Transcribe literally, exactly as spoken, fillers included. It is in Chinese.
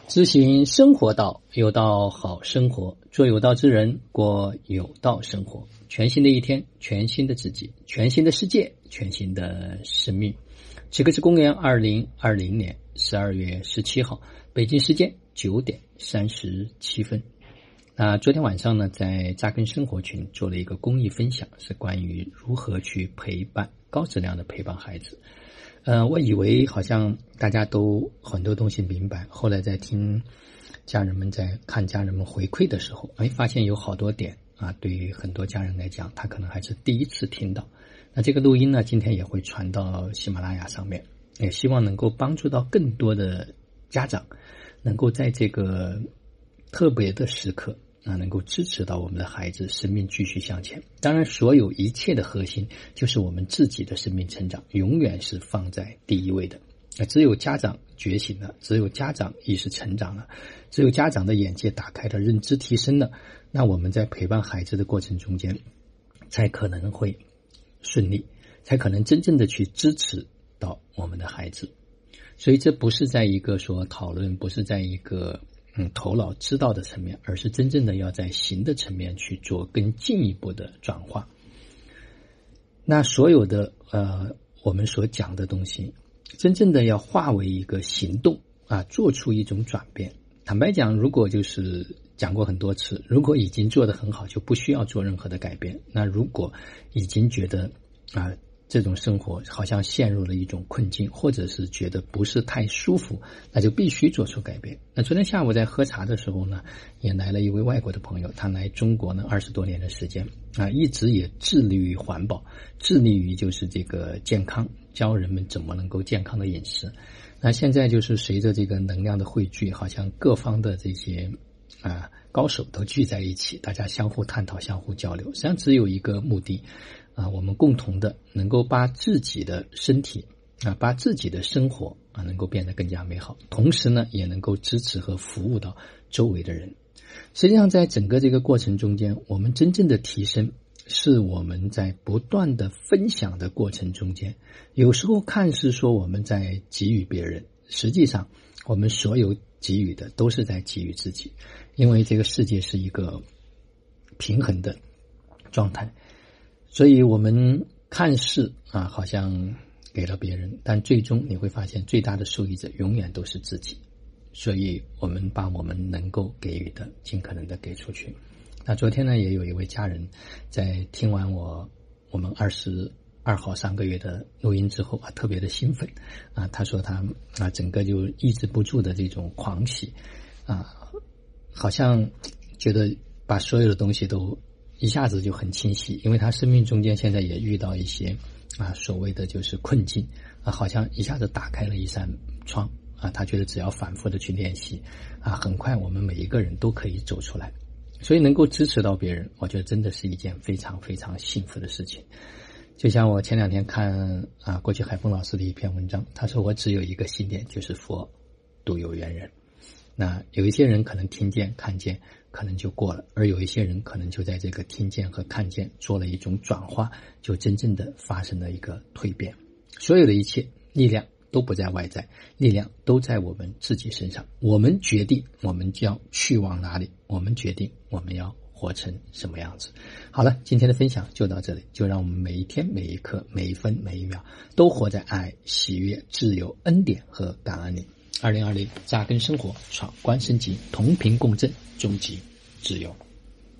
知行生活道，有道好生活，做有道之人，过有道生活。全新的一天，全新的自己，全新的世界，全新的生命。此刻是公元二零二零年十二月十七号，北京时间九点三十七分。那昨天晚上呢，在扎根生活群做了一个公益分享，是关于如何去陪伴，高质量的陪伴孩子。呃，我以为好像大家都很多东西明白，后来在听家人们在看家人们回馈的时候，哎，发现有好多点啊，对于很多家人来讲，他可能还是第一次听到。那这个录音呢，今天也会传到喜马拉雅上面，也希望能够帮助到更多的家长，能够在这个特别的时刻啊，能够支持到我们的孩子生命继续向前。当然，所有一切的核心就是我们自己的生命成长，永远是放在第一位的。只有家长觉醒了，只有家长意识成长了，只有家长的眼界打开了，认知提升了，那我们在陪伴孩子的过程中间，才可能会顺利，才可能真正的去支持到我们的孩子。所以这不是在一个说讨论，不是在一个嗯，头脑知道的层面，而是真正的要在行的层面去做更进一步的转化。那所有的呃，我们所讲的东西，真正的要化为一个行动啊，做出一种转变。坦白讲，如果就是讲过很多次，如果已经做得很好，就不需要做任何的改变。那如果已经觉得啊，这种生活好像陷入了一种困境，或者是觉得不是太舒服，那就必须做出改变。那昨天下午在喝茶的时候呢，也来了一位外国的朋友，他来中国呢二十多年的时间啊，一直也致力于环保，致力于就是这个健康，教人们怎么能够健康的饮食。那现在就是随着这个能量的汇聚，好像各方的这些啊高手都聚在一起，大家相互探讨，相互交流，实际上只有一个目的啊，我们共同的能够把自己的身体啊，把自己的生活啊，能够变得更加美好，同时呢，也能够支持和服务到周围的人。实际上，在整个这个过程中间，我们真正的提升，是我们在不断的分享的过程中间。有时候看似说我们在给予别人，实际上我们所有给予的都是在给予自己，因为这个世界是一个平衡的状态。所以我们看似啊，好像给了别人，但最终你会发现最大的受益者永远都是自己。所以我们把我们能够给予的尽可能的给出去。那昨天呢，也有一位家人在听完我我们二十二号上个月的录音之后啊，特别的兴奋啊，他说他啊整个就抑制不住的这种狂喜啊，好像觉得把所有的东西都一下子就很清晰，因为他生命中间现在也遇到一些啊所谓的就是困境啊，好像一下子打开了一扇窗啊，他觉得只要反复的去练习啊，很快我们每一个人都可以走出来。所以能够支持到别人，我觉得真的是一件非常非常幸福的事情。就像我前两天看啊，过去海峰老师的一篇文章，他说我只有一个信念，就是佛度有缘人。那有一些人可能听见看见可能就过了，而有一些人可能就在这个听见和看见做了一种转化，就真正的发生了一个蜕变。所有的一切力量都不在外在，力量都在我们自己身上。我们决定我们要去往哪里，我们决定我们要活成什么样子。好了，今天的分享就到这里，就让我们每一天每一刻每一分每一秒都活在爱、喜悦、自由、恩典和感恩里。二零二零扎根生活，闯关升级，同频共振，终极自由。